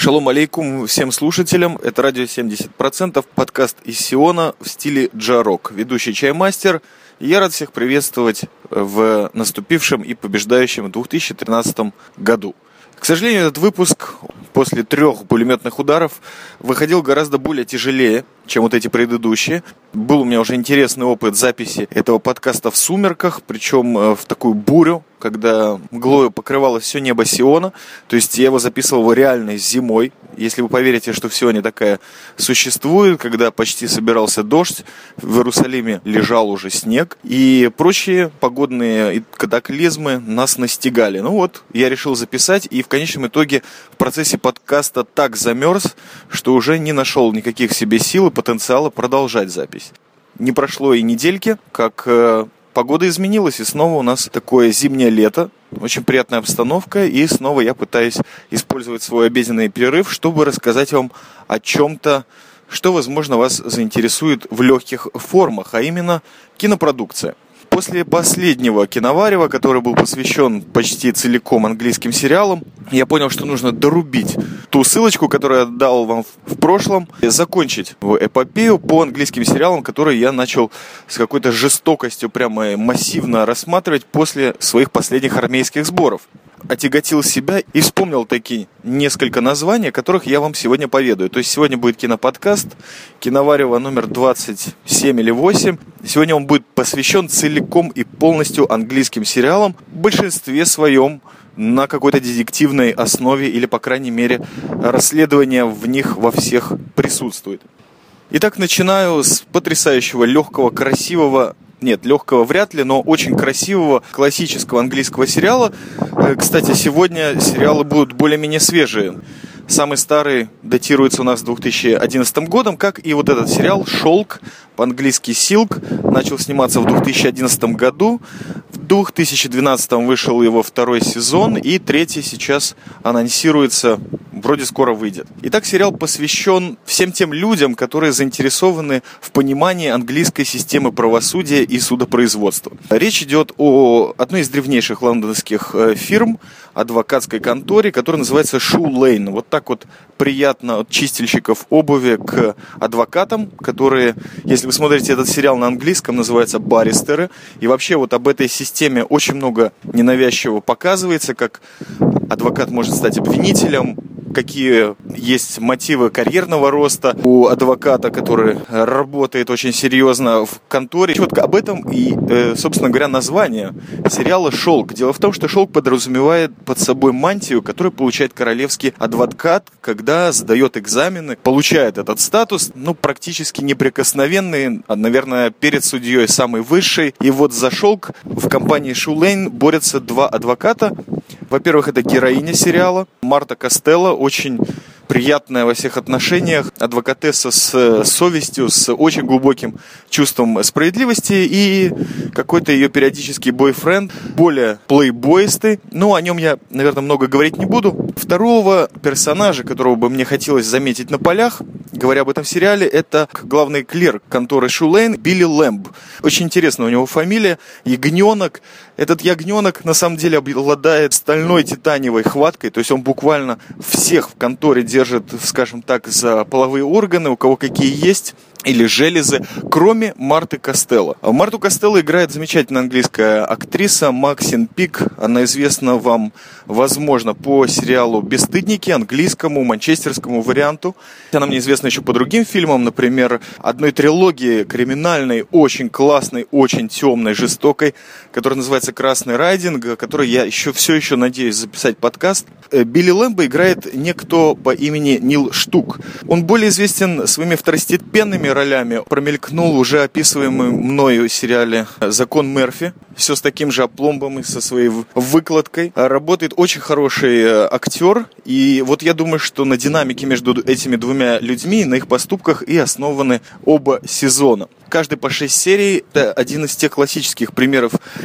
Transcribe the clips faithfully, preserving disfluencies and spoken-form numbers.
Шалом алейкум всем слушателям. Это радио семьдесят процентов, подкаст из Сиона в стиле джа-рок. Ведущий Чаймастер. И я рад всех приветствовать в наступившем и побеждающем две тысячи тринадцатом году. К сожалению, этот выпуск после трех пулеметных ударов выходил гораздо более тяжелее, чем вот эти предыдущие. Был у меня уже интересный опыт записи этого подкаста в сумерках, причем в такую бурю, когда мглою покрывало все небо Сиона. То есть я его записывал реально зимой. Если вы поверите, что в Сионе такая существует, когда почти собирался дождь, в Иерусалиме лежал уже снег, и прочие погодные катаклизмы нас настигали. Ну вот, я решил записать, и в конечном итоге в процессе подкаста так замерз, что уже не нашел никаких себе сил и потенциала продолжать запись. Не прошло и недельки, как э, погода изменилась, и снова у нас такое зимнее лето. Очень приятная обстановка, и снова я пытаюсь использовать свой обеденный перерыв, чтобы рассказать вам о чем-то, что, возможно, вас заинтересует в легких формах, а именно кинопродукция. После последнего киноварева, который был посвящен почти целиком английским сериалам, я понял, что нужно дорубить ту ссылочку, которую я дал вам в прошлом, и закончить эпопею по английским сериалам, которые я начал с какой-то жестокостью прямо массивно рассматривать после своих последних армейских сборов. Отяготил себя и вспомнил такие несколько названий, о которых я вам сегодня поведаю. То есть сегодня будет киноподкаст, киноварево номер двадцать семь или восемь. Сегодня он будет посвящен целиком и полностью английским сериалам, в большинстве своем на какой-то детективной основе или, по крайней мере, расследование в них во всех присутствует. Итак, начинаю с потрясающего, легкого, красивого, нет, легкого вряд ли, но очень красивого классического английского сериала. Кстати, сегодня сериалы будут более-менее свежие. Самый старый датируется у нас две тысячи одиннадцатым годом, как и вот этот сериал «Шелк», по-английски «Силк», начал сниматься в две тысячи одиннадцатом году. В две тысячи двенадцатом вышел его второй сезон, и третий сейчас анонсируется, вроде скоро выйдет. Итак, сериал посвящен всем тем людям, которые заинтересованы в понимании английской системы правосудия и судопроизводства. Речь идет о одной из древнейших лондонских фирм, адвокатской конторе, которая называется Shoe Lane. Вот так вот приятно от чистильщиков обуви к адвокатам, которые, если вы смотрите этот сериал на английском, называются баристеры. И вообще вот об этой системе очень много ненавязчиво показывается, как адвокат может стать обвинителем, какие есть мотивы карьерного роста у адвоката, который работает очень серьезно в конторе. Вот об этом и, собственно говоря, название сериала «Шелк». Дело в том, что шелк подразумевает под собой мантию, которую получает королевский адвокат, когда сдает экзамены, получает этот статус, ну, практически неприкосновенный, наверное, перед судьей самый высший. И вот за шелк в компании Shoe Lane борются два адвоката. Во-первых, это героиня сериала Марта Костелло, очень приятная во всех отношениях, адвокатесса с совестью, с очень глубоким чувством справедливости, и какой-то ее периодический бойфренд, более плейбоистый, но о нем я, наверное, много говорить не буду. Второго персонажа, которого бы мне хотелось заметить на полях, говоря об этом сериале, это главный клерк конторы Shoe Lane Билли Лэмб. Очень интересная у него фамилия, ягненок. Этот ягненок на самом деле обладает стальной титаниевой хваткой, то есть он буквально всех в конторе держит, скажем так, за половые органы, у кого какие есть, или железы, кроме Марты Костелло. Марту Костелло играет замечательная английская актриса Максин Пик. Она известна вам, возможно, по сериалу «Бесстыдники», английскому, манчестерскому варианту. Она мне известна еще по другим фильмам, например, одной трилогии криминальной, очень классной, очень темной, жестокой, которая называется «Красный райдинг», о которой я еще, все еще надеюсь записать подкаст. Билли Лэмбо играет некто по имени Нил Штук. Он более известен своими второстепенными ролями. Промелькнул уже описываемый мною в сериале «Закон Мерфи». Все с таким же опломбом и со своей выкладкой. Работает очень хороший актер. И вот я думаю, что на динамике между этими двумя людьми, на их поступках и основаны оба сезона. Каждый по шесть серий. Это один из тех классических примеров детективных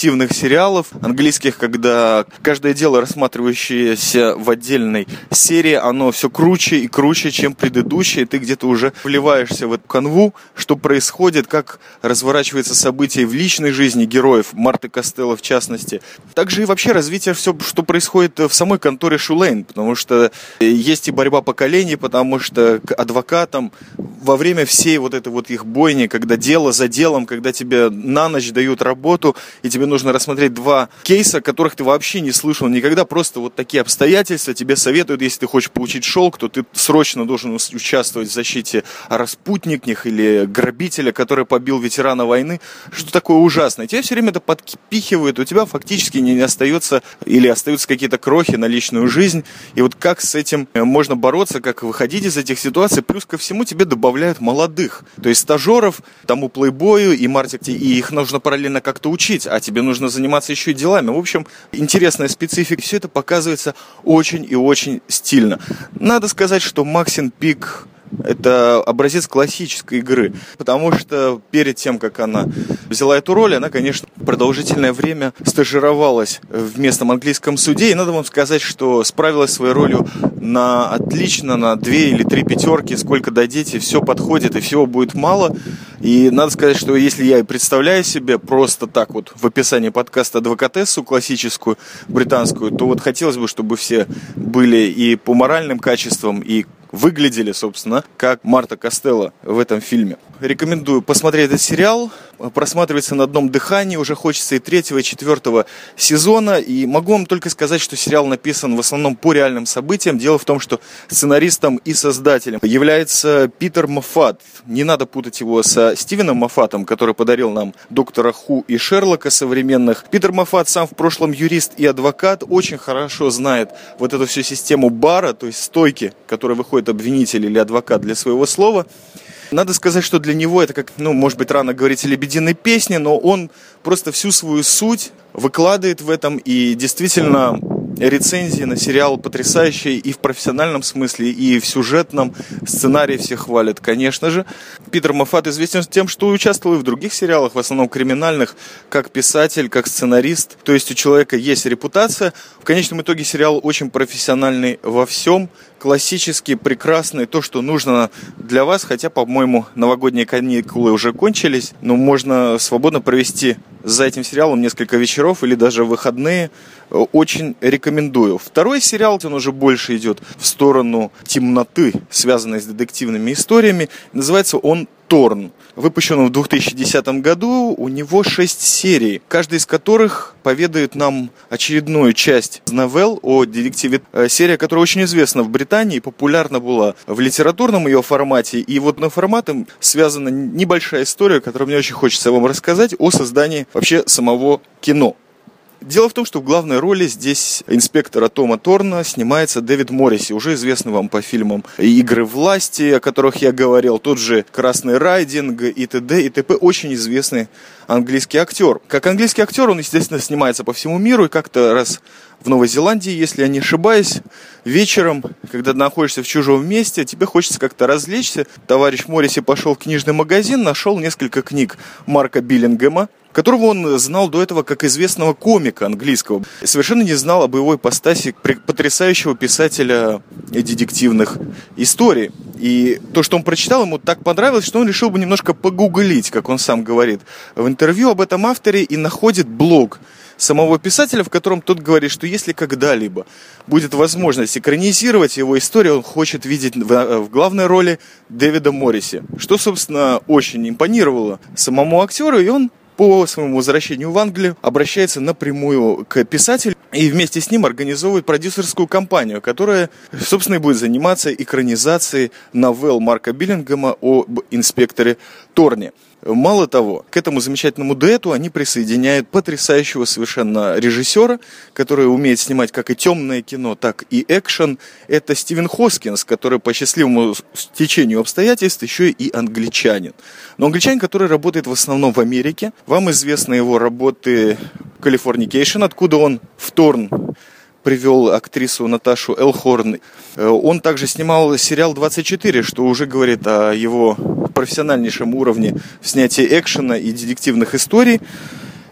детективных сериалов английских, когда каждое дело, рассматривающееся в отдельной серии, оно все круче и круче, чем предыдущее. Ты где-то уже вливаешься в эту канву, что происходит, как разворачиваются события в личной жизни героев, Марты Костелло в частности. Также и вообще развитие все, что происходит в самой конторе Шулейн, потому что есть и борьба поколений, потому что к адвокатам во время всей вот этой вот их бойни, когда дело за делом, когда тебе на ночь дают работу, и тебе нужно рассмотреть два кейса, которых ты вообще не слышал никогда, просто вот такие обстоятельства, тебе советуют, если ты хочешь получить шелк, то ты срочно должен участвовать в защите распутников или грабителя, который побил ветерана войны, что такое ужасное. Тебя все время это подпихивают, у тебя фактически не остается или остаются какие-то крохи на личную жизнь, и вот как с этим можно бороться, как выходить из этих ситуаций, плюс ко всему тебе добавляют молодых, то есть стажеров, тому плейбою и Марте, и их нужно параллельно как-то учить, а тебе нужно заниматься еще и делами. В общем, интересная специфика, все это показывается очень и очень стильно. Надо сказать, что Максин Пик — это образец классической игры, потому что перед тем, как она взяла эту роль, она, конечно, продолжительное время стажировалась в местном английском суде, и надо вам сказать, что справилась своей ролью на отлично, на две или три пятерки, сколько дадите, все подходит, и всего будет мало. И надо сказать, что если я и представляю себе просто так вот в описании подкаста адвокатессу классическую, британскую, то вот хотелось бы, чтобы все были и по моральным качествам, и выглядели, собственно, как Марта Костелло в этом фильме. Рекомендую посмотреть этот сериал. Просматривается на одном дыхании. Уже хочется и третьего, и четвертого сезона. И могу вам только сказать, что сериал написан в основном по реальным событиям. Дело в том, что сценаристом и создателем является Питер Моффат. Не надо путать его со Стивеном Моффатом, который подарил нам Доктора Ху и Шерлока современных. Питер Моффат сам в прошлом юрист и адвокат. Очень хорошо знает вот эту всю систему бара, то есть стойки, которой выходит обвинитель или адвокат для своего слова. Надо сказать, что для него это, как, ну, может быть, рано говорить о «Лебединой песне», но он просто всю свою суть выкладывает в этом, и действительно рецензии на сериал потрясающие и в профессиональном смысле, и в сюжетном. Сценарий все хвалят, конечно же. Питер Моффат известен тем, что участвовал и в других сериалах, в основном криминальных, как писатель, как сценарист. То есть у человека есть репутация. В конечном итоге сериал очень профессиональный во всем, классический, прекрасный, то, что нужно для вас, хотя, по-моему, новогодние каникулы уже кончились, но можно свободно провести за этим сериалом несколько вечеров или даже выходные. Очень рекомендую. Второй сериал, он уже больше идет в сторону темноты, связанной с детективными историями. Называется он «Торн». Выпущен он в две тысячи десятом году, у него шесть серий, каждая из которых поведает нам очередную часть новелл о детективе. Серия, которая очень известна в Британии, популярна была в литературном ее формате, и вот на форматом связана небольшая история, которую мне очень хочется вам рассказать, о создании вообще самого кино. Дело в том, что в главной роли здесь инспектора Тома Торна снимается Дэвид Морриси, уже известный вам по фильмам «Игры власти», о которых я говорил, тот же «Красный райдинг» и т.д. и т.п. Очень известный английский актер. Как английский актер он, естественно, снимается по всему миру, и как-то раз в Новой Зеландии, если я не ошибаюсь, вечером, когда находишься в чужом месте, тебе хочется как-то развлечься. Товарищ Морриси пошел в книжный магазин, нашел несколько книг Марка Биллингема, которого он знал до этого как известного комика английского. Совершенно не знал о боевой ипостаси потрясающего писателя детективных историй. И то, что он прочитал, ему так понравилось, что он решил бы немножко погуглить, как он сам говорит, в интервью об этом авторе, и находит блог самого писателя, в котором тот говорит, что если когда-либо будет возможность экранизировать его историю, он хочет видеть в, в главной роли Дэвида Морриси, что, собственно, очень импонировало самому актеру, и он по своему возвращению в Англию обращается напрямую к писателю и вместе с ним организовывает продюсерскую компанию, которая, собственно, и будет заниматься экранизацией новелл Марка Биллингема об инспекторе Торне. Мало того, к этому замечательному дуэту они присоединяют потрясающего совершенно режиссера, который умеет снимать как и темное кино, так и экшен. Это Стивен Хоскинс, который по счастливому стечению обстоятельств еще и англичанин. Но англичанин, который работает в основном в Америке. Вам известны его работы «Калифорникейшн», откуда он в «Торн» привел актрису Наташу Элхорн. Он также снимал сериал «двадцать четыре», что уже говорит о его профессиональнейшем уровне в снятии экшена и детективных историй.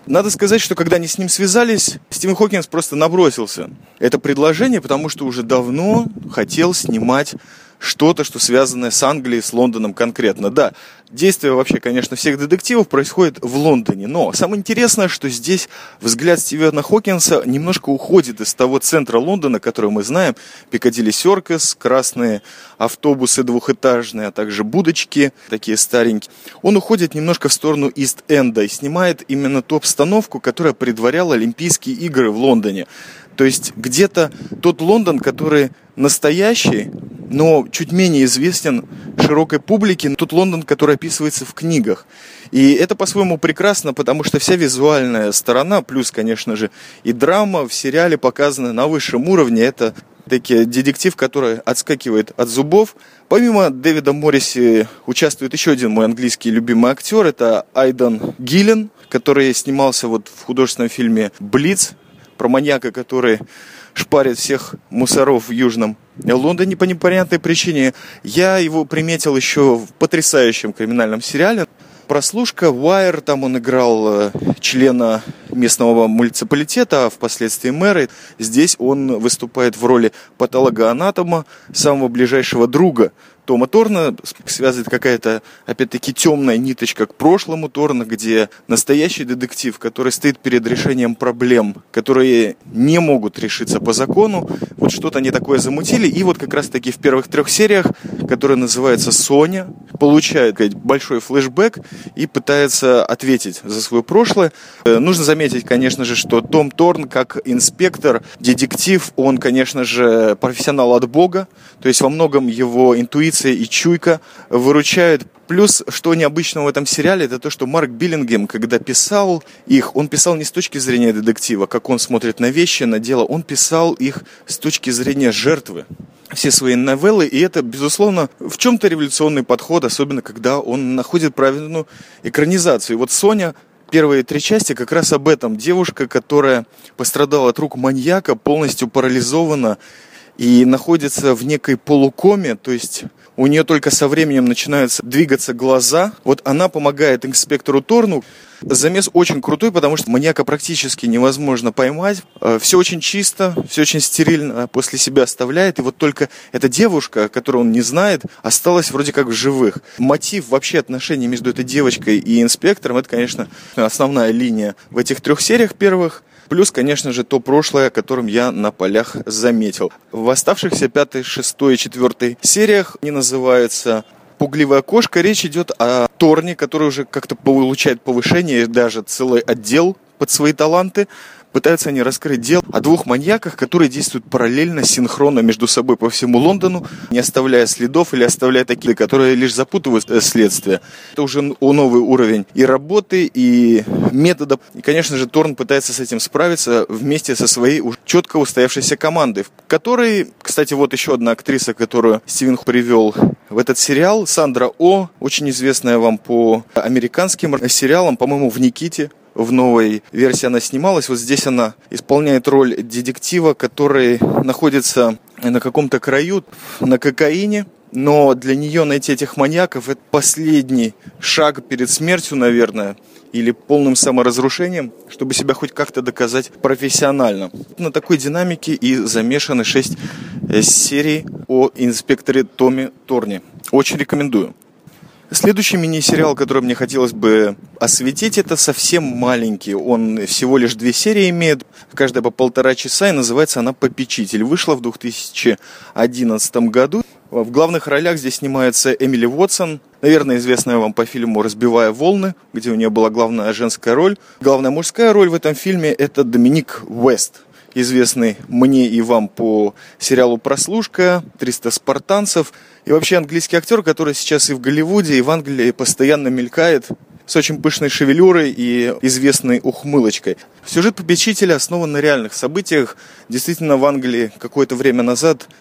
Надо сказать, что когда они с ним связались, Стивен Хокинс просто набросился. Это предложение, потому что уже давно хотел снимать что-то, что связанное с Англией, с Лондоном конкретно. Да, действие вообще, конечно, всех детективов происходит в Лондоне, но самое интересное, что здесь взгляд Стивена Хокинса немножко уходит из того центра Лондона, который мы знаем, Пикадилли Серкус, красные автобусы двухэтажные, а также будочки, такие старенькие. Он уходит немножко в сторону Ист-Энда и снимает именно ту обстановку, которая предваряла Олимпийские игры в Лондоне. То есть где-то тот Лондон, который настоящий, но чуть менее известен широкой публике, тот Лондон, который описывается в книгах. И это по-своему прекрасно, потому что вся визуальная сторона, плюс, конечно же, и драма в сериале показана на высшем уровне. Это такой детектив, который отскакивает от зубов. Помимо Дэвида Морриси участвует еще один мой английский любимый актер, это Айдан Гиллен, который снимался вот в художественном фильме «Блиц», про маньяка, который шпарит всех мусоров в Южном Лондоне по непонятной причине. Я его приметил еще в потрясающем криминальном сериале «Прослушка», «Уайр», там он играл члена местного муниципалитета, а впоследствии мэра. Здесь он выступает в роли патологоанатома, самого ближайшего друга Тома Торна. Связывает какая-то, опять-таки, темная ниточка к прошлому Торна, где настоящий детектив, который стоит перед решением проблем, которые не могут решиться по закону, вот что-то они такое замутили. И вот как раз-таки в первых трех сериях, которая называется «Соня», получает большой флешбэк и пытается ответить за свое прошлое. Нужно заметить, конечно же, что Том Торн, как инспектор, детектив, он, конечно же, профессионал от Бога, то есть во многом его интуиция и чуйка выручают. Плюс, что необычного в этом сериале, это то, что Марк Биллингем, когда писал их, он писал не с точки зрения детектива, как он смотрит на вещи, на дело, он писал их с точки зрения жертвы. Все свои новеллы, и это, безусловно, в чем-то революционный подход, особенно когда он находит правильную экранизацию. И вот «Соня», первые три части как раз об этом. Девушка, которая пострадала от рук маньяка, полностью парализована и находится в некой полукоме, то есть у нее только со временем начинают двигаться глаза. Вот она помогает инспектору Торну. Замес очень крутой, потому что маньяка практически невозможно поймать. Все очень чисто, все очень стерильно после себя оставляет. И вот только эта девушка, которую он не знает, осталась вроде как в живых. Мотив вообще отношений между этой девочкой и инспектором, это, конечно, основная линия в этих трех сериях первых. Плюс, конечно же, то прошлое, о котором я на полях заметил. В оставшихся пятой, шестой и четвертой сериях они называются «Пугливая кошка». Речь идет о Торне, который уже как-то получает повышение, даже целый отдел под свои таланты. Пытаются они раскрыть дело о двух маньяках, которые действуют параллельно, синхронно между собой по всему Лондону, не оставляя следов или оставляя такие, которые лишь запутывают следствие. Это уже новый уровень и работы, и методов. И, конечно же, Торн пытается с этим справиться вместе со своей уж четко устоявшейся командой, в которой, кстати, вот еще одна актриса, которую Стивен привел в этот сериал, Сандра О, очень известная вам по американским сериалам, по-моему, в «Никите». В новой версии она снималась. Вот здесь она исполняет роль детектива, который находится на каком-то краю, на кокаине. Но для нее найти этих маньяков – это последний шаг перед смертью, наверное, или полным саморазрушением, чтобы себя хоть как-то доказать профессионально. На такой динамике и замешаны шесть серий о инспекторе Томе Торне. Очень рекомендую. Следующий мини-сериал, который мне хотелось бы осветить, это совсем маленький. Он всего лишь две серии имеет, каждая по полтора часа, и называется она «Попечитель». Вышла в две тысячи одиннадцатом году. В главных ролях здесь снимается Эмили Уотсон, наверное, известная вам по фильму «Разбивая волны», где у нее была главная женская роль. Главная мужская роль в этом фильме – это Доминик Уэст, известный мне и вам по сериалу «Прослушка», «триста спартанцев». И вообще английский актер, который сейчас и в Голливуде, и в Англии постоянно мелькает с очень пышной шевелюрой и известной ухмылочкой. Сюжет «Попечителя» основан на реальных событиях. Действительно, в Англии какое-то время назад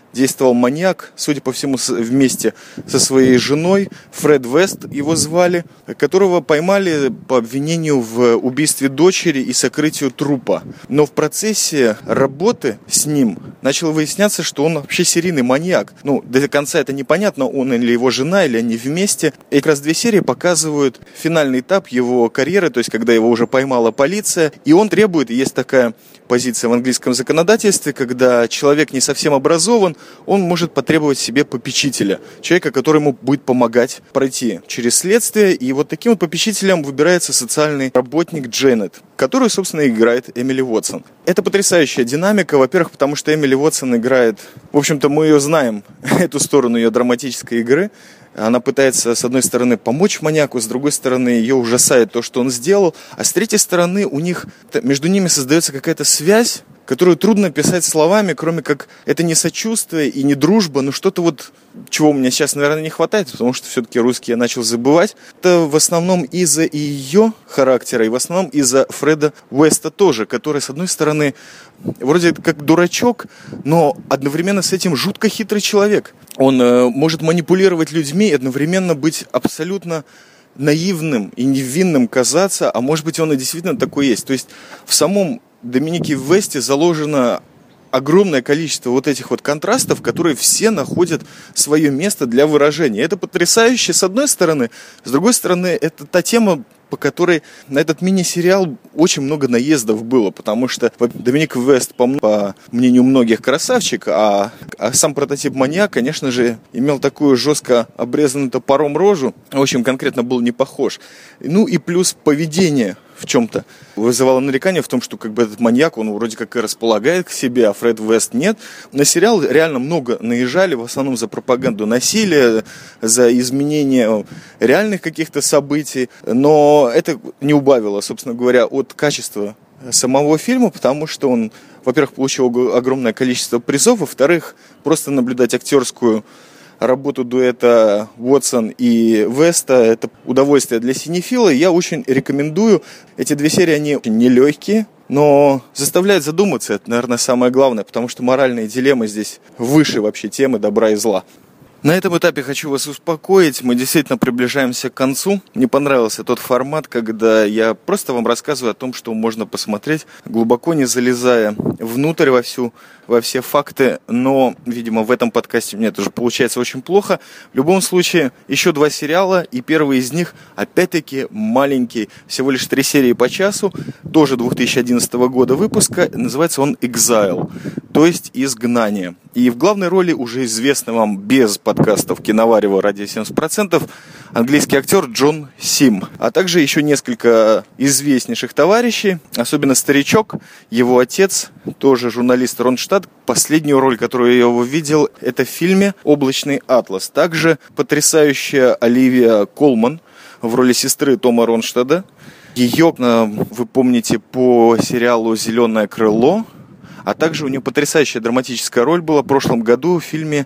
действовал маньяк, судя по всему, вместе со своей женой, Фред Вест его звали, которого поймали по обвинению в убийстве дочери и сокрытию трупа. Но в процессе работы с ним начало выясняться, что он вообще серийный маньяк. Ну, до конца это непонятно, он или его жена, или они вместе. И как раз две серии показывают финальный этап его карьеры, то есть когда его уже поймала полиция, и он требует, и есть такая позиция в английском законодательстве, когда человек не совсем образован, он может потребовать себе попечителя, человека, который ему будет помогать пройти через следствие, и вот таким вот попечителем выбирается социальный работник Дженнет, которую, собственно, играет Эмили Уотсон. Это потрясающая динамика, во-первых, потому что Эмили Уотсон играет, в общем-то, мы ее знаем, эту сторону ее драматической игры. Она пытается, с одной стороны, помочь маньяку, с другой стороны, ее ужасает то, что он сделал, а с третьей стороны, у них, между ними создается какая-то связь, которую трудно описать словами, кроме как это не сочувствие и не дружба, но что-то вот, чего у меня сейчас, наверное, не хватает, потому что все-таки русский я начал забывать. Это в основном из-за ее характера, и в основном из-за Фреда Уэста тоже, который, с одной стороны, вроде как дурачок, но одновременно с этим жутко хитрый человек. Он э, может манипулировать людьми и одновременно быть абсолютно наивным и невинным казаться, а может быть он и действительно такой есть. То есть в самом Доминике Весте заложено огромное количество вот этих вот контрастов, которые все находят свое место для выражения. Это потрясающе с одной стороны, с другой стороны, это та тема, по которой на этот мини-сериал очень много наездов было, потому что Доминик Вест, по, по мнению многих, красавчик, а, а сам прототип маньяка, конечно же, имел такую жестко обрезанную топором рожу, в общем, конкретно был не похож. Ну и плюс поведение в чем-то вызывало нарекание в том, что как бы этот маньяк, он вроде как и располагает к себе, а Фред Вест нет. На сериал реально много наезжали, в основном за пропаганду насилия, за изменение реальных каких-то событий, но это не убавило, собственно говоря, от качества самого фильма, потому что он, во-первых, получил огромное количество призов, во-вторых, просто наблюдать актерскую работу дуэта Уотсон и Веста — это удовольствие для синефила. Я очень рекомендую. Эти две серии, они очень нелегкие, но заставляют задуматься. Это, наверное, самое главное, потому что моральные дилеммы здесь выше вообще темы добра и зла. На этом этапе хочу вас успокоить, мы действительно приближаемся к концу. Мне понравился тот формат, когда я просто вам рассказываю о том, что можно посмотреть, глубоко не залезая внутрь во всю, во все факты, но, видимо, в этом подкасте у меня тоже получается очень плохо. В любом случае, еще два сериала, и первый из них, опять-таки, маленький, всего лишь три серии по часу, тоже две тысячи одиннадцатого года выпуска, называется он «Exile», то есть «Изгнание». И в главной роли уже известный вам без подкастов Киноварева «Радио семьдесят процентов» английский актер Джон Сим, а также еще несколько известнейших товарищей, особенно старичок, его отец, тоже журналист Ронштадт. Последнюю роль, которую я его видел, это в фильме «Облачный атлас». Также потрясающая Оливия Колман в роли сестры Тома Ронштадта. Ее вы помните по сериалу «Зеленое крыло». А также у нее потрясающая драматическая роль была в прошлом году в фильме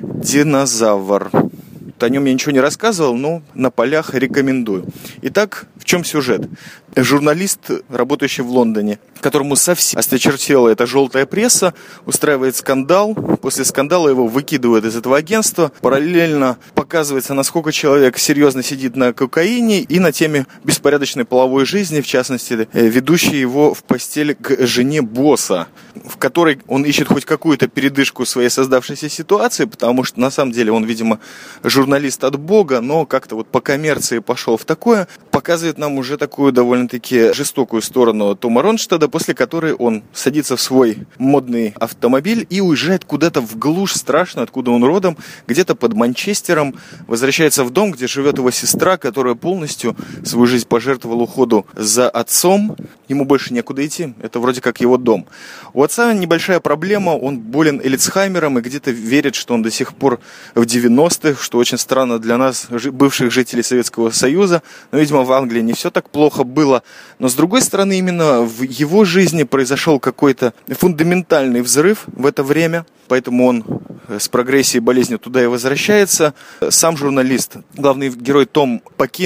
«Динозавр». О нем я ничего не рассказывал, но на полях рекомендую. Итак, в чем сюжет? Журналист, работающий в Лондоне, которому совсем осточертела эта желтая пресса, устраивает скандал. После скандала его выкидывают из этого агентства. Параллельно показывается, насколько человек серьезно сидит на кокаине и на теме беспорядочной половой жизни, в частности, ведущий его в постель к жене босса, в которой он ищет хоть какую-то передышку своей создавшейся ситуации, потому что, на самом деле, он, видимо, журналист от бога, но как-то вот по коммерции пошел в такое. Показывает нам уже такую довольно-таки жестокую сторону Тома Ронштадта, после которой он садится в свой модный автомобиль и уезжает куда-то в глушь страшную, откуда он родом, где-то под Манчестером, возвращается в дом, где живет его сестра, которая полностью свою жизнь пожертвовала уходу за отцом. Ему больше некуда идти, это вроде как его дом. У отца небольшая проблема, он болен Эльцхаймером и где-то верит, что он до сих пор в девяностых, что очень странно для нас, бывших жителей Советского Союза, но, видимо, в Англии не все так плохо было. Но, с другой стороны, именно в его жизни произошел какой-то фундаментальный взрыв в это время, поэтому он с прогрессией болезни туда и возвращается. Сам журналист, главный герой Том, покинул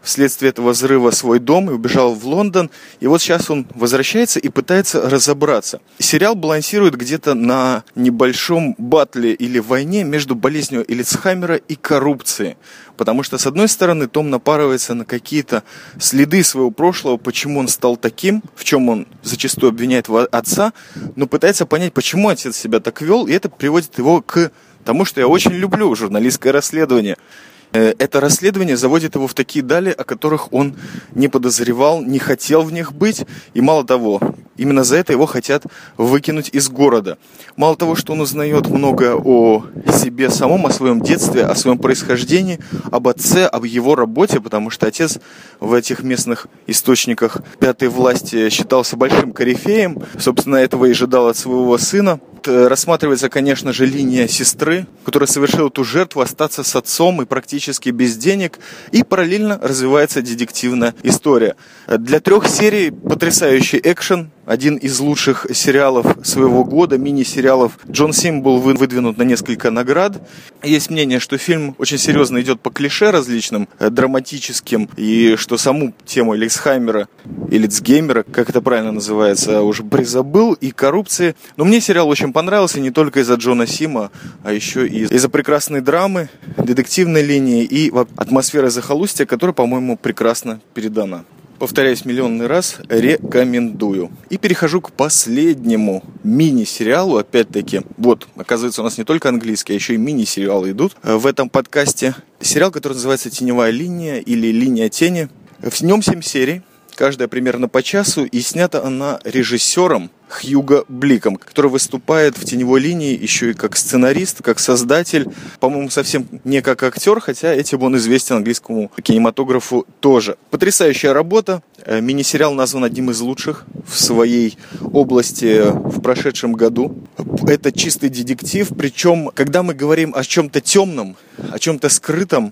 вследствие этого взрыва свой дом и убежал в Лондон. И вот сейчас он возвращается и пытается разобраться. Сериал балансирует где-то на небольшом батле или войне между болезнью Альцгеймера и коррупцией. Потому что, с одной стороны, Том напарывается на какие-то следы своего прошлого, почему он стал таким, в чем он зачастую обвиняет отца, но пытается понять, почему отец себя так вел, и это приводит его к тому, что я очень люблю журналистское расследование. Это расследование заводит его в такие дали, о которых он не подозревал, не хотел в них быть. И мало того, именно за это его хотят выкинуть из города. Мало того, что он узнает много о себе самом, о своем детстве, о своем происхождении, об отце, об его работе, потому что отец в этих местных источниках пятой власти считался большим корифеем. Собственно, этого и ожидал от своего сына. Рассматривается, конечно же, линия сестры, которая совершила ту жертву остаться с отцом и практически без денег, и параллельно развивается детективная история. Для трех серий потрясающий экшен, один из лучших сериалов своего года, мини-сериалов. Джон Сим был выдвинут на несколько наград. Есть мнение, что фильм очень серьезно идет по клише различным, драматическим, и что саму тему Альцгеймера, или Альцгеймера, как это правильно называется, уже призабыл, и коррупции. Но мне сериал очень понравился не только из-за Джона Сима, а еще и из-за прекрасной драмы, детективной линии и атмосферы захолустья, которая, по-моему, прекрасно передана. Повторяюсь миллионный раз, рекомендую. И перехожу к последнему мини-сериалу, опять-таки. Вот, оказывается, у нас не только английские, а еще и мини-сериалы идут в этом подкасте. Сериал, который называется «Теневая линия» или «Линия тени». В нем семь серий, каждая примерно по часу, и снята она режиссером Хьюго Бликом, который выступает в «Теневой линии» еще и как сценарист, как создатель, по-моему, совсем не как актер, хотя этим он известен английскому кинематографу тоже. Потрясающая работа. Мини-сериал назван одним из лучших в своей области в прошедшем году. Это чистый детектив, причем, когда мы говорим о чем-то темном, о чем-то скрытом,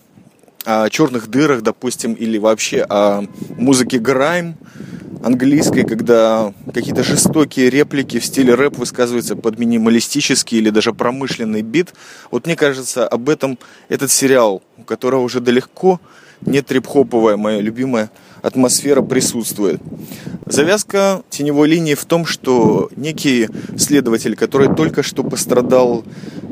о черных дырах, допустим, или вообще о музыке грайм английской, когда какие-то жестокие реплики в стиле рэп высказываются под минималистический или даже промышленный бит. Вот мне кажется, об этом этот сериал, у которого уже далеко не трип-хоповая, моя любимая атмосфера присутствует. Завязка «Теневой линии» в том, что некий следователь, который только что пострадал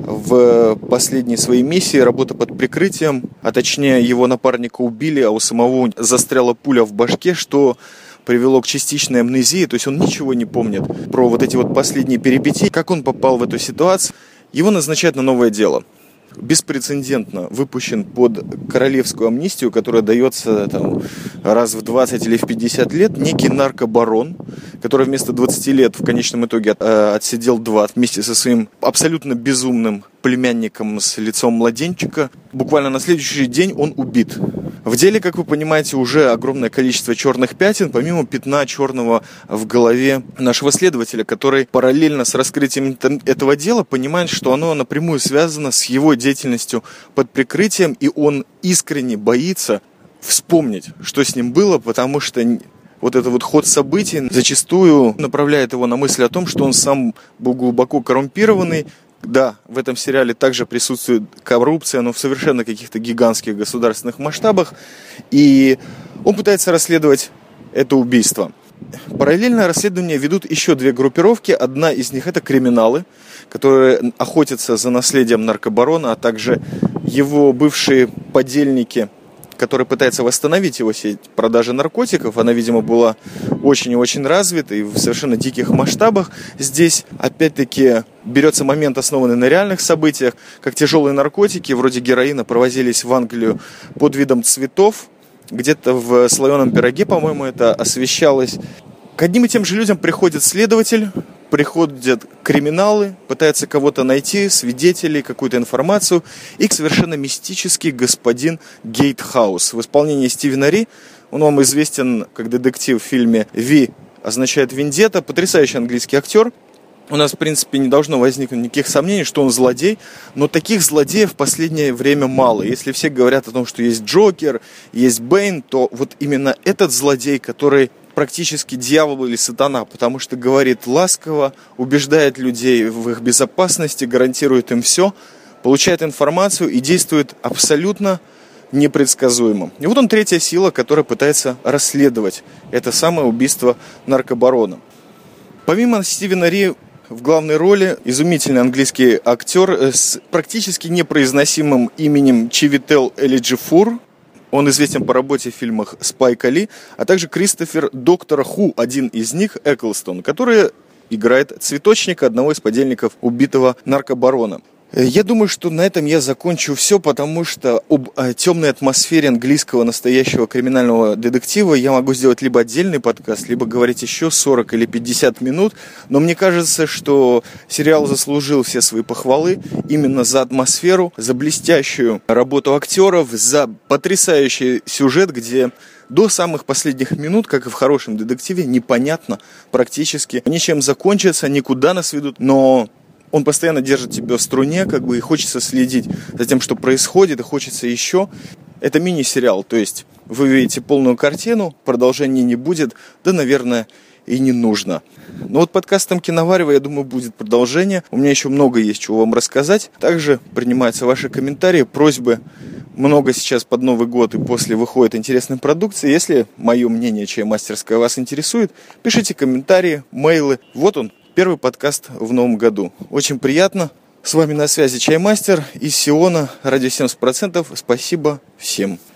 в последней своей миссии, работа под прикрытием, а точнее его напарника убили, а у самого застряла пуля в башке, что привело к частичной амнезии, то есть он ничего не помнит про вот эти вот последние перипетии, как он попал в эту ситуацию. Его назначают на новое дело. Беспрецедентно выпущен под королевскую амнистию, которая дается там, раз в двадцать или в пятьдесят лет, некий наркобарон, который вместо двадцати лет в конечном итоге э, отсидел два вместе со своим абсолютно безумным племянником с лицом младенчика. Буквально на следующий день он убит. В деле, как вы понимаете, уже огромное количество черных пятен, помимо пятна черного в голове нашего следователя, который параллельно с раскрытием этого дела понимает, что оно напрямую связано с его деятельностью под прикрытием, и он искренне боится вспомнить, что с ним было, потому что вот этот вот ход событий зачастую направляет его на мысль о том, что он сам был глубоко коррумпированный. Да, в этом сериале также присутствует коррупция, но в совершенно каких-то гигантских государственных масштабах. И он пытается расследовать это убийство. Параллельно расследование ведут еще две группировки. Одна из них — это криминалы, которые охотятся за наследием наркобарона, а также его бывшие подельники, который пытается восстановить его сеть продажи наркотиков. Она, видимо, была очень и очень развита и в совершенно диких масштабах. Здесь, опять-таки, берется момент, основанный на реальных событиях, как тяжелые наркотики, вроде героина, провозились в Англию под видом цветов. Где-то в слоеном пироге, по-моему, это освещалось. К одним и тем же людям приходит следователь, приходят криминалы, пытаются кого-то найти, свидетелей, какую-то информацию, и совершенно мистический господин Гейтхаус в исполнении Стивена Ри. Он вам известен как детектив в фильме «Ви» означает «Вендетта», потрясающий английский актер. У нас, в принципе, не должно возникнуть никаких сомнений, что он злодей, но таких злодеев в последнее время мало. Если все говорят о том, что есть Джокер, есть Бэйн, то вот именно этот злодей, который практически дьявол или сатана, потому что говорит ласково, убеждает людей в их безопасности, гарантирует им все, получает информацию и действует абсолютно непредсказуемо. И вот он, третья сила, которая пытается расследовать это самое убийство наркобарона. Помимо Стивена Ри в главной роли изумительный английский актер с практически непроизносимым именем Чивител Элиджифур. Он известен по работе в фильмах Спайка Ли, а также Кристофер Доктор Ху, один из них, Эклстон, который играет цветочника, одного из подельников убитого наркобарона. Я думаю, что на этом я закончу все, потому что об темной атмосфере английского настоящего криминального детектива я могу сделать либо отдельный подкаст, либо говорить еще сорок или пятьдесят минут. Но мне кажется, что сериал заслужил все свои похвалы именно за атмосферу, за блестящую работу актеров, за потрясающий сюжет, где до самых последних минут, как и в хорошем детективе, непонятно практически, ничем закончится, никуда нас ведут, но он постоянно держит тебя в струне, как бы, и хочется следить за тем, что происходит, и хочется еще. Это мини-сериал, то есть вы видите полную картину, продолжения не будет, да, наверное, и не нужно. Но вот подкастом «Киноварево», я думаю, будет продолжение. У меня еще много есть чего вам рассказать. Также принимаются ваши комментарии, просьбы. Много сейчас под Новый год и после выходит интересной продукции. Если мое мнение «Чаймастерское» вас интересует, пишите комментарии, мейлы. Вот он. Первый подкаст в новом году. Очень приятно. С вами на связи Чаймастер из Сиона, радио семьдесят процентов. Спасибо всем.